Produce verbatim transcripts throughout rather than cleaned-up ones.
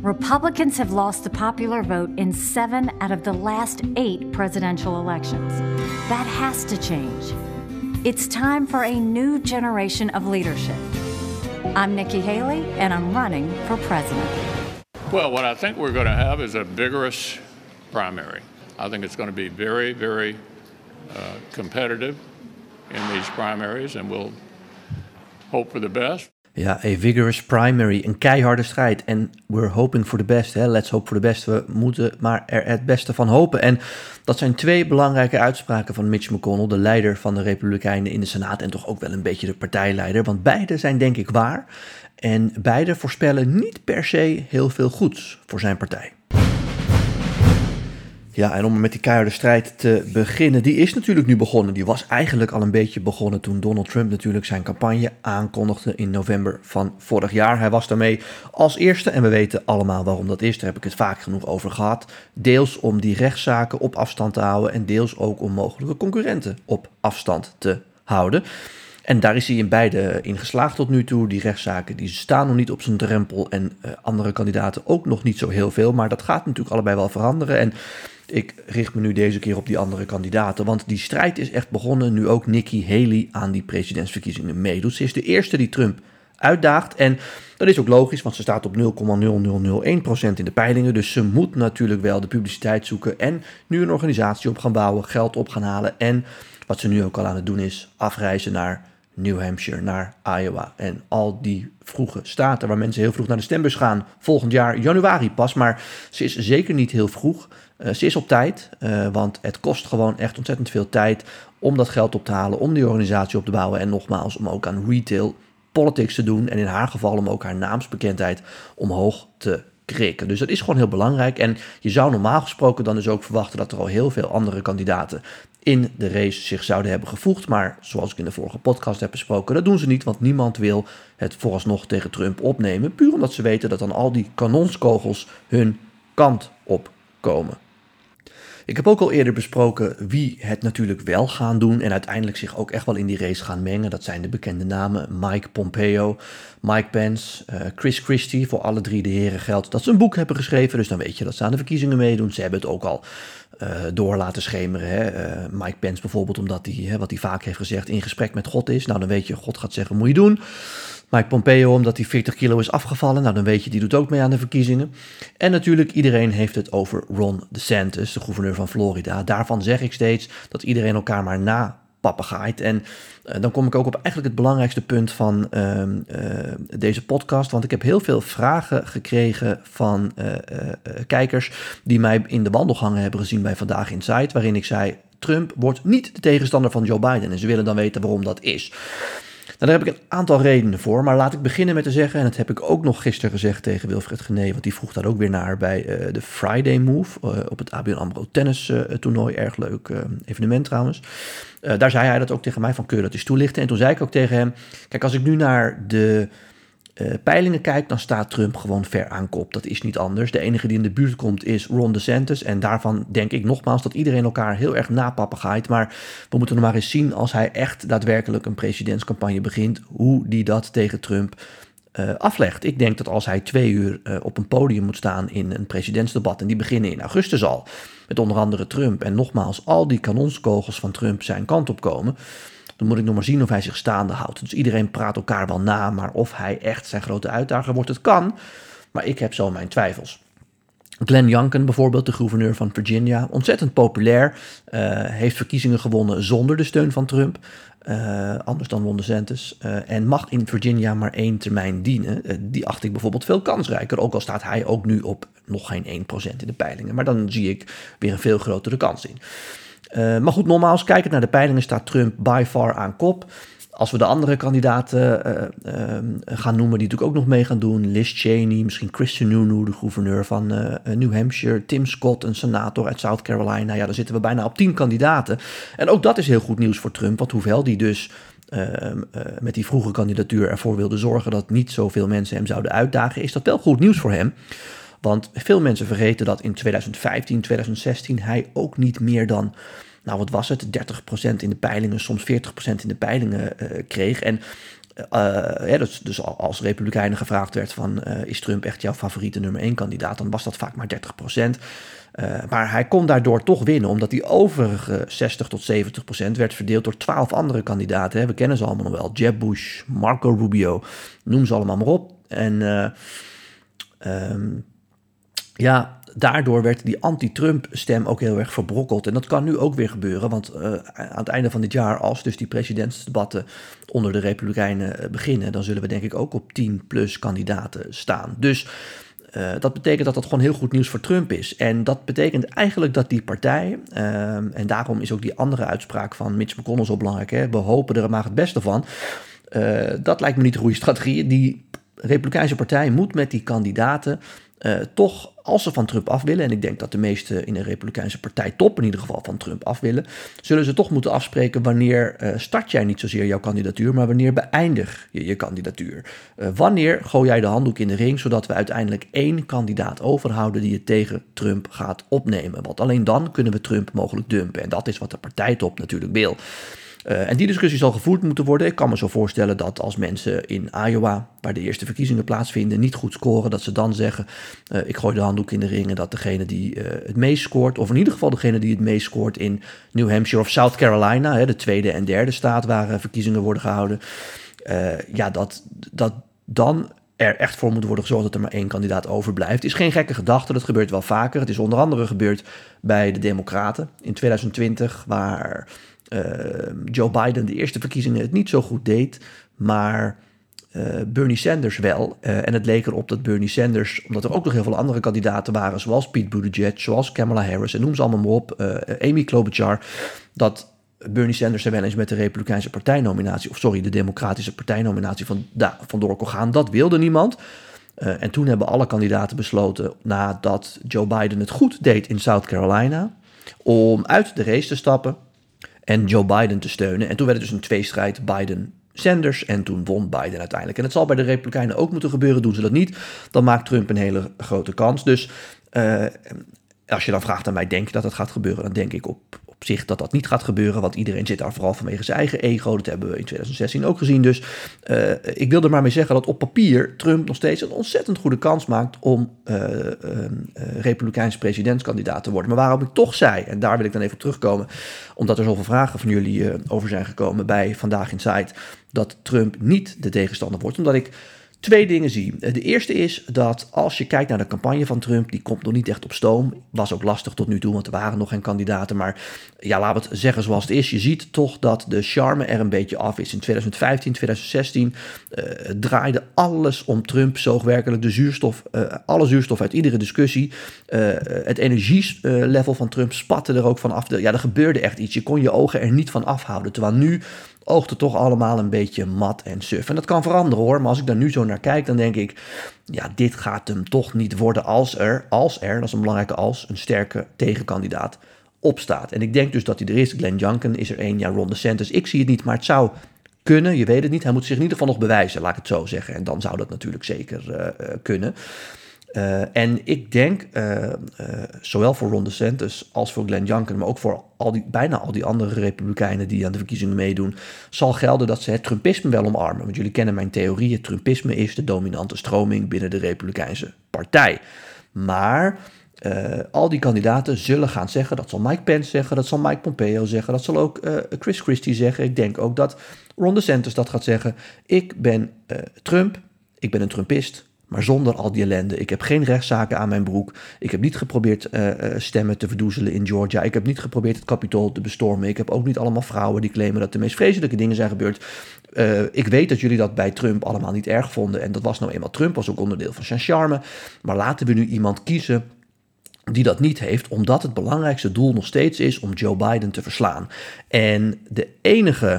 Republicans have lost the popular vote in seven out of the last eight presidential elections. That has to change. It's time for a new generation of leadership. I'm Nikki Haley, and I'm running for president. Well, what I think we're going to have is a vigorous primary. I think it's going to be very, very uh, competitive in these primaries, and we'll hope for the best. Ja, a vigorous primary, een keiharde strijd. En we're hoping for the best, hè. Let's hope for the best. We moeten maar er het beste van hopen. En dat zijn twee belangrijke uitspraken van Mitch McConnell, de leider van de Republikeinen in de Senaat en toch ook wel een beetje de partijleider. Want beide zijn denk ik waar. En beide voorspellen niet per se heel veel goeds voor zijn partij. Ja, en om met die keiharde strijd te beginnen, die is natuurlijk nu begonnen. Die was eigenlijk al een beetje begonnen toen Donald Trump natuurlijk zijn campagne aankondigde in november van vorig jaar. Hij was daarmee als eerste en we weten allemaal waarom dat is. Daar heb ik het vaak genoeg over gehad. Deels om die rechtszaken op afstand te houden en deels ook om mogelijke concurrenten op afstand te houden. En daar is hij in beide in geslaagd tot nu toe. Die rechtszaken die staan nog niet op zijn drempel en uh, andere kandidaten ook nog niet zo heel veel. Maar dat gaat natuurlijk allebei wel veranderen. En ik richt me nu deze keer op die andere kandidaten. Want die strijd is echt begonnen nu ook Nikki Haley aan die presidentsverkiezingen meedoet. Ze is de eerste die Trump uitdaagt. En dat is ook logisch, want ze staat op nul komma nul nul nul één procent in de peilingen. Dus ze moet natuurlijk wel de publiciteit zoeken en nu een organisatie op gaan bouwen, geld op gaan halen. En wat ze nu ook al aan het doen is afreizen naar New Hampshire, naar Iowa en al die vroege staten waar mensen heel vroeg naar de stembus gaan. Volgend jaar januari pas, maar ze is zeker niet heel vroeg. Uh, ze is op tijd, uh, want het kost gewoon echt ontzettend veel tijd om dat geld op te halen, om die organisatie op te bouwen en nogmaals om ook aan retail politics te doen en in haar geval om ook haar naamsbekendheid omhoog te krikken. Dus dat is gewoon heel belangrijk en je zou normaal gesproken dan dus ook verwachten dat er al heel veel andere kandidaten in de race zich zouden hebben gevoegd. Maar zoals ik in de vorige podcast heb besproken, dat doen ze niet, want niemand wil het vooralsnog tegen Trump opnemen. Puur omdat ze weten dat dan al die kanonskogels hun kant op komen. Ik heb ook al eerder besproken wie het natuurlijk wel gaan doen en uiteindelijk zich ook echt wel in die race gaan mengen. Dat zijn de bekende namen Mike Pompeo, Mike Pence, uh, Chris Christie. Voor alle drie de heren geldt dat ze een boek hebben geschreven, dus dan weet je dat ze aan de verkiezingen meedoen. Ze hebben het ook al uh, door laten schemeren. Hè? Uh, Mike Pence bijvoorbeeld, omdat hij, hè, wat hij vaak heeft gezegd, in gesprek met God is. Nou, dan weet je, God gaat zeggen, moet je doen. Mike Pompeo, omdat hij veertig kilo is afgevallen. Nou, dan weet je, die doet ook mee aan de verkiezingen. En natuurlijk, iedereen heeft het over Ron DeSantis, de gouverneur van Florida. Daarvan zeg ik steeds dat iedereen elkaar maar napapegaait. En uh, dan kom ik ook op eigenlijk het belangrijkste punt van uh, uh, deze podcast. Want ik heb heel veel vragen gekregen van uh, uh, uh, kijkers die mij in de wandelgangen hebben gezien bij Vandaag Inside, waarin ik zei, Trump wordt niet de tegenstander van Joe Biden. En ze willen dan weten waarom dat is. Nou, daar heb ik een aantal redenen voor, maar laat ik beginnen met te zeggen, en dat heb ik ook nog gisteren gezegd tegen Wilfred Genee, want die vroeg daar ook weer naar bij uh, de Friday Move uh, op het A B N AMRO tennis uh, toernooi. Erg leuk uh, evenement trouwens. Uh, daar zei hij dat ook tegen mij, van kun je dat eens toelichten? En toen zei ik ook tegen hem, kijk, als ik nu naar de uh, peilingen kijk, dan staat Trump gewoon ver aan kop. Dat is niet anders. De enige die in de buurt komt is Ron DeSantis. En daarvan denk ik nogmaals dat iedereen elkaar heel erg napapegaait. Maar we moeten nog maar eens zien als hij echt daadwerkelijk een presidentscampagne begint, hoe die dat tegen Trump uh, aflegt. Ik denk dat als hij twee uur uh, op een podium moet staan in een presidentsdebat, en die beginnen in augustus al, met onder andere Trump, en nogmaals al die kanonskogels van Trump zijn kant op komen, dan moet ik nog maar zien of hij zich staande houdt. Dus iedereen praat elkaar wel na, maar of hij echt zijn grote uitdager wordt, het kan. Maar ik heb zo mijn twijfels. Glenn Youngkin bijvoorbeeld, de gouverneur van Virginia, ontzettend populair, uh, heeft verkiezingen gewonnen zonder de steun van Trump, uh, anders dan Ron DeSantis, uh, en mag in Virginia maar één termijn dienen. Uh, die acht ik bijvoorbeeld veel kansrijker, ook al staat hij ook nu op nog geen één procent in de peilingen. Maar dan zie ik weer een veel grotere kans in. Uh, maar goed, nogmaals, kijkend naar de peilingen staat Trump by far aan kop. Als we de andere kandidaten uh, uh, gaan noemen, die natuurlijk ook nog mee gaan doen, Liz Cheney, misschien Chris Sununu, de gouverneur van uh, New Hampshire, Tim Scott, een senator uit South Carolina, ja, dan zitten we bijna op tien kandidaten. En ook dat is heel goed nieuws voor Trump, want hoewel die dus uh, uh, met die vroege kandidatuur ervoor wilde zorgen dat niet zoveel mensen hem zouden uitdagen, is dat wel goed nieuws voor hem. Want veel mensen vergeten dat in twintig vijftien, twintig zestien hij ook niet meer dan, nou wat was het, dertig procent in de peilingen, soms veertig procent in de peilingen uh, kreeg. En Uh, ja, dus, dus als Republikeinen gevraagd werd van uh, is Trump echt jouw favoriete nummer één kandidaat, dan was dat vaak maar dertig procent. Uh, maar hij kon daardoor toch winnen, omdat die overige zestig tot zeventig procent werd verdeeld door twaalf andere kandidaten. Hè. We kennen ze allemaal nog wel. Jeb Bush, Marco Rubio, noem ze allemaal maar op. En uh, um, ja, daardoor werd die anti-Trump stem ook heel erg verbrokkeld. En dat kan nu ook weer gebeuren, want uh, aan het einde van dit jaar, als dus die presidentsdebatten onder de Republikeinen beginnen, dan zullen we denk ik ook op tien plus kandidaten staan. Dus uh, dat betekent dat dat gewoon heel goed nieuws voor Trump is. En dat betekent eigenlijk dat die partij, uh, en daarom is ook die andere uitspraak van Mitch McConnell zo belangrijk, hè, we hopen er maar het beste van. Uh, dat lijkt me niet de goede strategie. Die Republikeinse partij moet met die kandidaten Uh, toch, als ze van Trump af willen, en ik denk dat de meesten in de Republikeinse partij top in ieder geval van Trump af willen, zullen ze toch moeten afspreken wanneer uh, start jij niet zozeer jouw kandidatuur, maar wanneer beëindig je je kandidatuur. Uh, wanneer gooi jij de handdoek in de ring, zodat we uiteindelijk één kandidaat overhouden die het tegen Trump gaat opnemen. Want alleen dan kunnen we Trump mogelijk dumpen. En dat is wat de partijtop natuurlijk wil. Uh, en die discussie zal gevoerd moeten worden. Ik kan me zo voorstellen dat als mensen in Iowa, waar de eerste verkiezingen plaatsvinden, niet goed scoren, dat ze dan zeggen, uh, ik gooi de handdoek in de ring en dat degene die uh, het meest scoort, of in ieder geval degene die het meest scoort in New Hampshire of South Carolina, hè, de tweede en derde staat waar uh, verkiezingen worden gehouden, uh, ja, dat, dat dan er echt voor moet worden gezorgd dat er maar één kandidaat overblijft. Is geen gekke gedachte, dat gebeurt wel vaker. Het is onder andere gebeurd bij de Democraten in twintig twintig, waar Uh, Joe Biden de eerste verkiezingen het niet zo goed deed, maar uh, Bernie Sanders wel. Uh, en het leek erop dat Bernie Sanders, omdat er ook nog heel veel andere kandidaten waren, zoals Pete Buttigieg, zoals Kamala Harris, en noem ze allemaal maar op, uh, Amy Klobuchar, dat Bernie Sanders er wel eens met de Republikeinse partijnominatie, of sorry, de Democratische partijnominatie van, da, vandoor kon gaan. Dat wilde niemand. Uh, en toen hebben alle kandidaten besloten, nadat Joe Biden het goed deed in South Carolina, om uit de race te stappen en Joe Biden te steunen. En toen werd het dus een tweestrijd Biden-Sanders en toen won Biden uiteindelijk. En het zal bij de Republikeinen ook moeten gebeuren. Doen ze dat niet, dan maakt Trump een hele grote kans. Dus uh, als je dan vraagt aan mij, denk je dat dat gaat gebeuren? Dan denk ik op, op zich dat dat niet gaat gebeuren, want iedereen zit daar vooral vanwege zijn eigen ego. Dat hebben we in twintig zestien ook gezien. Dus uh, ik wil er maar mee zeggen dat op papier Trump nog steeds een ontzettend goede kans maakt om uh, uh, uh, Republikeins presidentskandidaat te worden. Maar waarom ik toch zei, en daar wil ik dan even op terugkomen, omdat er zoveel vragen van jullie uh, over zijn gekomen bij Vandaag Inside, dat Trump niet de tegenstander wordt, omdat ik twee dingen zie. De eerste is dat als je kijkt naar de campagne van Trump, die komt nog niet echt op stoom. Was ook lastig tot nu toe, want er waren nog geen kandidaten. Maar ja, laten we het zeggen zoals het is. Je ziet toch dat de charme er een beetje af is. In twintig vijftien, twintig zestien uh, draaide alles om Trump. Zoog werkelijk de zuurstof, uh, alle zuurstof uit iedere discussie. Uh, het energielevel van Trump spatte er ook van af. Ja, er gebeurde echt iets. Je kon je ogen er niet van afhouden. Terwijl nu oogt het toch allemaal een beetje mat en suf. En dat kan veranderen hoor, maar als ik daar nu zo naar kijk, dan denk ik, ja, dit gaat hem toch niet worden als er, als er, dat is een belangrijke als, een sterke tegenkandidaat opstaat. En ik denk dus dat hij er is. Glenn Youngkin is er één, ja, Ron DeSantis. Ik zie het niet, maar het zou kunnen, je weet het niet. Hij moet zich in ieder geval nog bewijzen, laat ik het zo zeggen. En dan zou dat natuurlijk zeker uh, kunnen. Uh, en ik denk, uh, uh, zowel voor Ron DeSantis als voor Glenn Youngkin, maar ook voor al die, bijna al die andere republikeinen die aan de verkiezingen meedoen, zal gelden dat ze het Trumpisme wel omarmen. Want jullie kennen mijn theorie, het Trumpisme is de dominante stroming binnen de Republikeinse partij. Maar uh, al die kandidaten zullen gaan zeggen, dat zal Mike Pence zeggen, dat zal Mike Pompeo zeggen, dat zal ook uh, Chris Christie zeggen. Ik denk ook dat Ron DeSantis dat gaat zeggen. Ik ben uh, Trump, ik ben een Trumpist, maar zonder al die ellende. Ik heb geen rechtszaken aan mijn broek. Ik heb niet geprobeerd uh, stemmen te verdoezelen in Georgia. Ik heb niet geprobeerd het Capitool te bestormen. Ik heb ook niet allemaal vrouwen die claimen dat de meest vreselijke dingen zijn gebeurd. Uh, ik weet dat jullie dat bij Trump allemaal niet erg vonden. En dat was nou eenmaal Trump, was ook onderdeel van zijn charme. Maar laten we nu iemand kiezen die dat niet heeft, omdat het belangrijkste doel nog steeds is om Joe Biden te verslaan. En de enige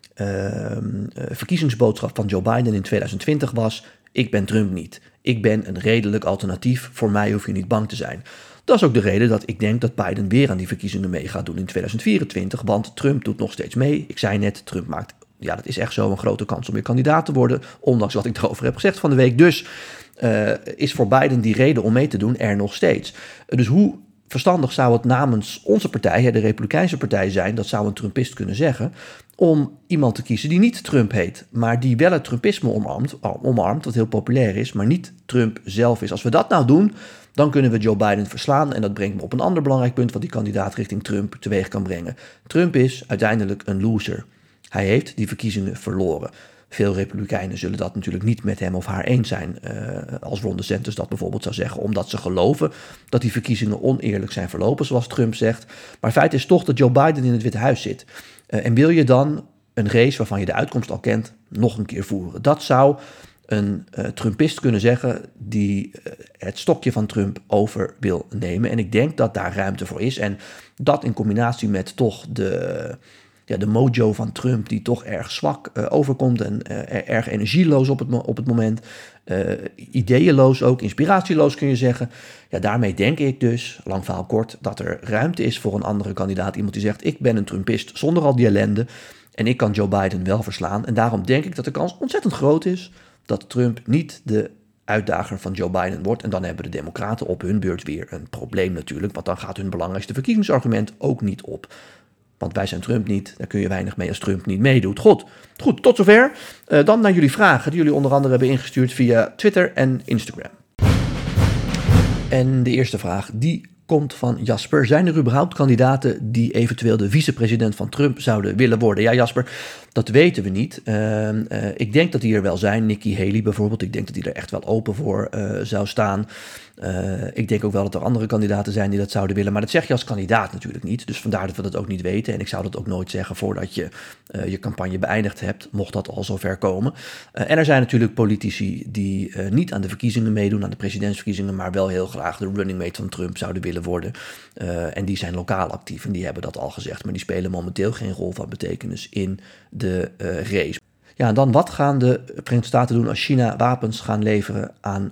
uh, verkiezingsboodschap van Joe Biden in twintig twintig was: ik ben Trump niet. Ik ben een redelijk alternatief. Voor mij hoef je niet bang te zijn. Dat is ook de reden dat ik denk dat Biden weer aan die verkiezingen mee gaat doen in twintig vierentwintig. Want Trump doet nog steeds mee. Ik zei net, Trump maakt, ja, dat is echt zo een grote kans om weer kandidaat te worden. Ondanks wat ik erover heb gezegd van de week. Dus uh, is voor Biden die reden om mee te doen er nog steeds. Uh, dus hoe verstandig zou het namens onze partij, de Republikeinse partij zijn, dat zou een Trumpist kunnen zeggen, om iemand te kiezen die niet Trump heet, maar die wel het Trumpisme omarmt, omarmt, wat heel populair is, maar niet Trump zelf is. Als we dat nou doen, dan kunnen we Joe Biden verslaan. En dat brengt me op een ander belangrijk punt wat die kandidaat richting Trump teweeg kan brengen. Trump is uiteindelijk een loser. Hij heeft die verkiezingen verloren. Veel Republikeinen zullen dat natuurlijk niet met hem of haar eens zijn. Uh, als Ron DeSantis dat bijvoorbeeld zou zeggen, omdat ze geloven dat die verkiezingen oneerlijk zijn verlopen, zoals Trump zegt. Maar feit is toch dat Joe Biden in het Witte Huis zit. Uh, en wil je dan een race waarvan je de uitkomst al kent, nog een keer voeren? Dat zou een uh, Trumpist kunnen zeggen die uh, het stokje van Trump over wil nemen. En ik denk dat daar ruimte voor is. En dat in combinatie met toch de, ja, de mojo van Trump, die toch erg zwak uh, overkomt en uh, erg energieloos op het, op het moment. Uh, ideeënloos ook, inspiratieloos kun je zeggen. Ja, daarmee denk ik dus, lang verhaal kort, dat er ruimte is voor een andere kandidaat. Iemand die zegt, ik ben een Trumpist zonder al die ellende. En ik kan Joe Biden wel verslaan. En daarom denk ik dat de kans ontzettend groot is dat Trump niet de uitdager van Joe Biden wordt. En dan hebben de Democraten op hun beurt weer een probleem natuurlijk. Want dan gaat hun belangrijkste verkiezingsargument ook niet op. Want wij zijn Trump niet, daar kun je weinig mee als Trump niet meedoet. Goed, goed tot zover. Uh, dan naar jullie vragen die jullie onder andere hebben ingestuurd via Twitter en Instagram. En de eerste vraag, die komt van Jasper. Zijn er überhaupt kandidaten die eventueel de vicepresident van Trump zouden willen worden? Ja, Jasper, dat weten we niet. Uh, uh, ik denk dat die er wel zijn. Nikki Haley bijvoorbeeld. Ik denk dat die er echt wel open voor uh, zou staan. Uh, ik denk ook wel dat er andere kandidaten zijn die dat zouden willen. Maar dat zeg je als kandidaat natuurlijk niet. Dus vandaar dat we dat ook niet weten. En ik zou dat ook nooit zeggen voordat je uh, je campagne beëindigd hebt. Mocht dat al zover komen. Uh, en er zijn natuurlijk politici die uh, niet aan de verkiezingen meedoen. Aan de presidentsverkiezingen. Maar wel heel graag de running mate van Trump zouden willen worden. Uh, en die zijn lokaal actief. En die hebben dat al gezegd. Maar die spelen momenteel geen rol van betekenis in de uh, race. Ja, en dan wat gaan de Verenigde Staten doen als China wapens gaan leveren aan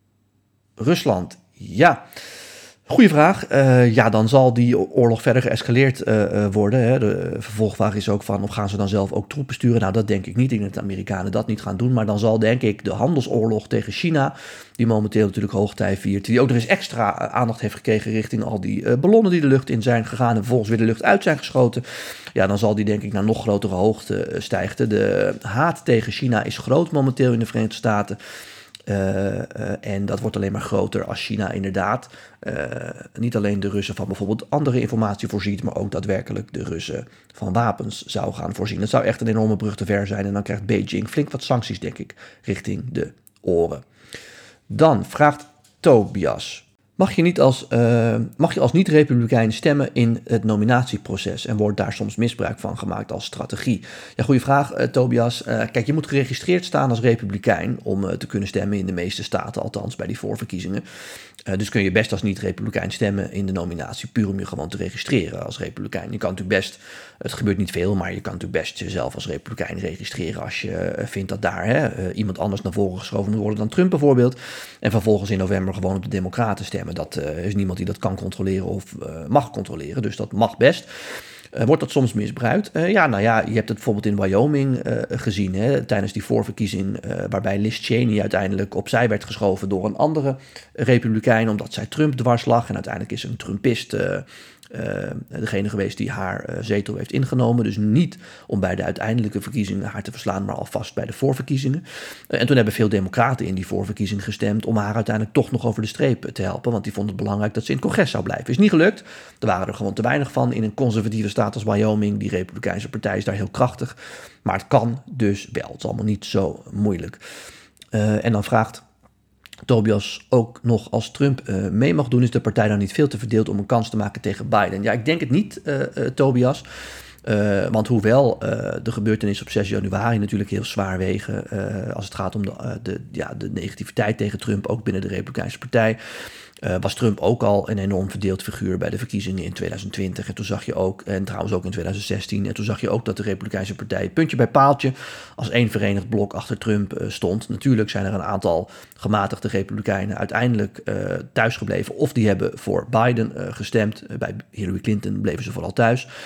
Rusland? Ja, goeie vraag. Uh, ja, dan zal die oorlog verder geëscaleerd uh, worden. Hè. De vervolgvraag is ook van, of gaan ze dan zelf ook troepen sturen? Nou, dat denk ik niet. Ik denk dat de Amerikanen dat niet gaan doen. Maar dan zal, denk ik, de handelsoorlog tegen China, die momenteel natuurlijk hoogtij viert, die ook er eens extra aandacht heeft gekregen richting al die uh, ballonnen die de lucht in zijn gegaan en vervolgens weer de lucht uit zijn geschoten. Ja, dan zal die, denk ik, naar nog grotere hoogte stijgen. De haat tegen China is groot momenteel in de Verenigde Staten. Uh, uh, en dat wordt alleen maar groter als China inderdaad uh, niet alleen de Russen van bijvoorbeeld andere informatie voorziet, maar ook daadwerkelijk de Russen van wapens zou gaan voorzien. Dat zou echt een enorme brug te ver zijn en dan krijgt Beijing flink wat sancties, denk ik, richting de oren. Dan vraagt Tobias: Mag je, niet als, uh, mag je als niet-republikein stemmen in het nominatieproces en wordt daar soms misbruik van gemaakt als strategie? Ja, goede vraag, uh, Tobias. Uh, kijk, je moet geregistreerd staan als republikein om uh, te kunnen stemmen in de meeste staten, althans bij die voorverkiezingen. Uh, dus kun je best als niet-republikein stemmen in de nominatie, puur om je gewoon te registreren als republikein. Je kan natuurlijk best, het gebeurt niet veel, maar je kan natuurlijk best jezelf als republikein registreren als je uh, vindt dat daar hè, uh, iemand anders naar voren geschoven moet worden dan Trump bijvoorbeeld. En vervolgens in november gewoon op de Democraten stemmen. Dat uh, is niemand die dat kan controleren of uh, mag controleren, dus dat mag best. Uh, wordt dat soms misbruikt? Uh, ja, nou ja, je hebt het bijvoorbeeld in Wyoming uh, gezien, hè, tijdens die voorverkiezing, uh, waarbij Liz Cheney uiteindelijk opzij werd geschoven door een andere republikein, omdat zij Trump dwars lag. En uiteindelijk is een Trumpist uh, uh, degene geweest die haar uh, zetel heeft ingenomen. Dus niet om bij de uiteindelijke verkiezingen haar te verslaan, maar alvast bij de voorverkiezingen. Uh, en toen hebben veel democraten in die voorverkiezing gestemd om haar uiteindelijk toch nog over de streep te helpen, want die vonden het belangrijk dat ze in het congres zou blijven. Is niet gelukt. Er waren er gewoon te weinig van in een conservatieve staat als Wyoming. Die Republikeinse partij is daar heel krachtig. Maar het kan dus wel. Het is allemaal niet zo moeilijk. Uh, en dan vraagt Tobias ook nog, als Trump uh, mee mag doen, is de partij dan niet veel te verdeeld om een kans te maken tegen Biden? Ja, ik denk het niet, uh, uh, Tobias. Uh, want hoewel uh, de gebeurtenissen op zes januari natuurlijk heel zwaar wegen, uh, als het gaat om de, uh, de, ja, de negativiteit tegen Trump, ook binnen de Republikeinse partij, Uh, was Trump ook al een enorm verdeeld figuur bij de verkiezingen in tweeduizend twintig. En toen zag je ook, en trouwens ook in tweeduizend zestien, en toen zag je ook dat de Republikeinse partij puntje bij paaltje als één verenigd blok achter Trump uh, stond. Natuurlijk zijn er een aantal gematigde Republikeinen uiteindelijk uh, thuisgebleven, of die hebben voor Biden uh, gestemd. Uh, bij Hillary Clinton bleven ze vooral thuis.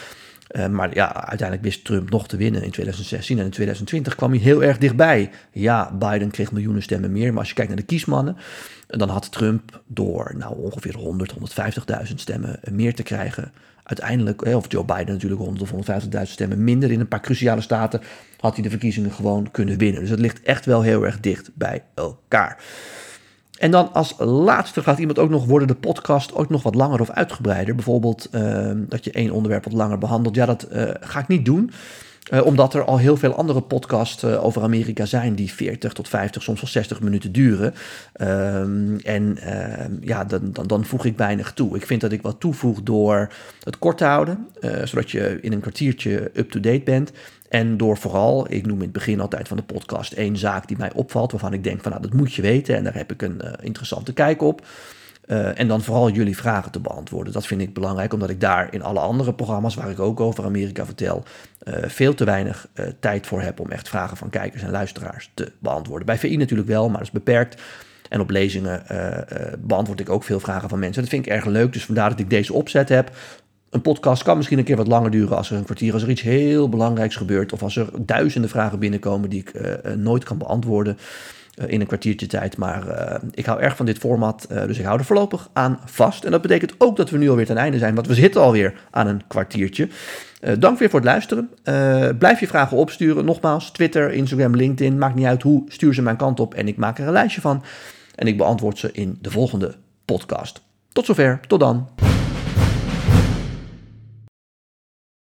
Uh, maar ja, uiteindelijk wist Trump nog te winnen in twintig zestien. En in twintig twintig kwam hij heel erg dichtbij. Ja, Biden kreeg miljoenen stemmen meer. Maar als je kijkt naar de kiesmannen, dan had Trump door nou, ongeveer honderd, honderdvijftigduizend stemmen meer te krijgen. Uiteindelijk, of Joe Biden natuurlijk honderd of honderdvijftigduizend stemmen minder. In een paar cruciale staten had hij de verkiezingen gewoon kunnen winnen. Dus het ligt echt wel heel erg dicht bij elkaar. En dan als laatste gaat iemand ook nog worden de podcast ook nog wat langer of uitgebreider. Bijvoorbeeld uh, dat je één onderwerp wat langer behandelt. Ja, dat uh, ga ik niet doen. Uh, omdat er al heel veel andere podcasts uh, over Amerika zijn die veertig tot vijftig, soms wel zestig minuten duren. Um, en uh, ja, dan, dan, dan voeg ik weinig toe. Ik vind dat ik wat toevoeg door het kort te houden, uh, zodat je in een kwartiertje up-to-date bent. En door vooral, ik noem in het begin altijd van de podcast één zaak die mij opvalt, waarvan ik denk van nou, dat moet je weten en daar heb ik een uh, interessante kijk op. Uh, en dan vooral jullie vragen te beantwoorden. Dat vind ik belangrijk, omdat ik daar in alle andere programma's waar ik ook over Amerika vertel, uh, veel te weinig uh, tijd voor heb om echt vragen van kijkers en luisteraars te beantwoorden. Bij V I natuurlijk wel, maar dat is beperkt. En op lezingen uh, uh, beantwoord ik ook veel vragen van mensen. Dat vind ik erg leuk, dus vandaar dat ik deze opzet heb. Een podcast kan misschien een keer wat langer duren als er een kwartier, als er iets heel belangrijks gebeurt, of als er duizenden vragen binnenkomen die ik uh, nooit kan beantwoorden uh, in een kwartiertje tijd. Maar uh, ik hou erg van dit format, uh, dus ik hou er voorlopig aan vast. En dat betekent ook dat we nu alweer ten einde zijn, want we zitten alweer aan een kwartiertje. Uh, dank weer voor het luisteren. Uh, blijf je vragen opsturen. Nogmaals, Twitter, Instagram, LinkedIn, maakt niet uit hoe, stuur ze mijn kant op en ik maak er een lijstje van. En ik beantwoord ze in de volgende podcast. Tot zover, tot dan.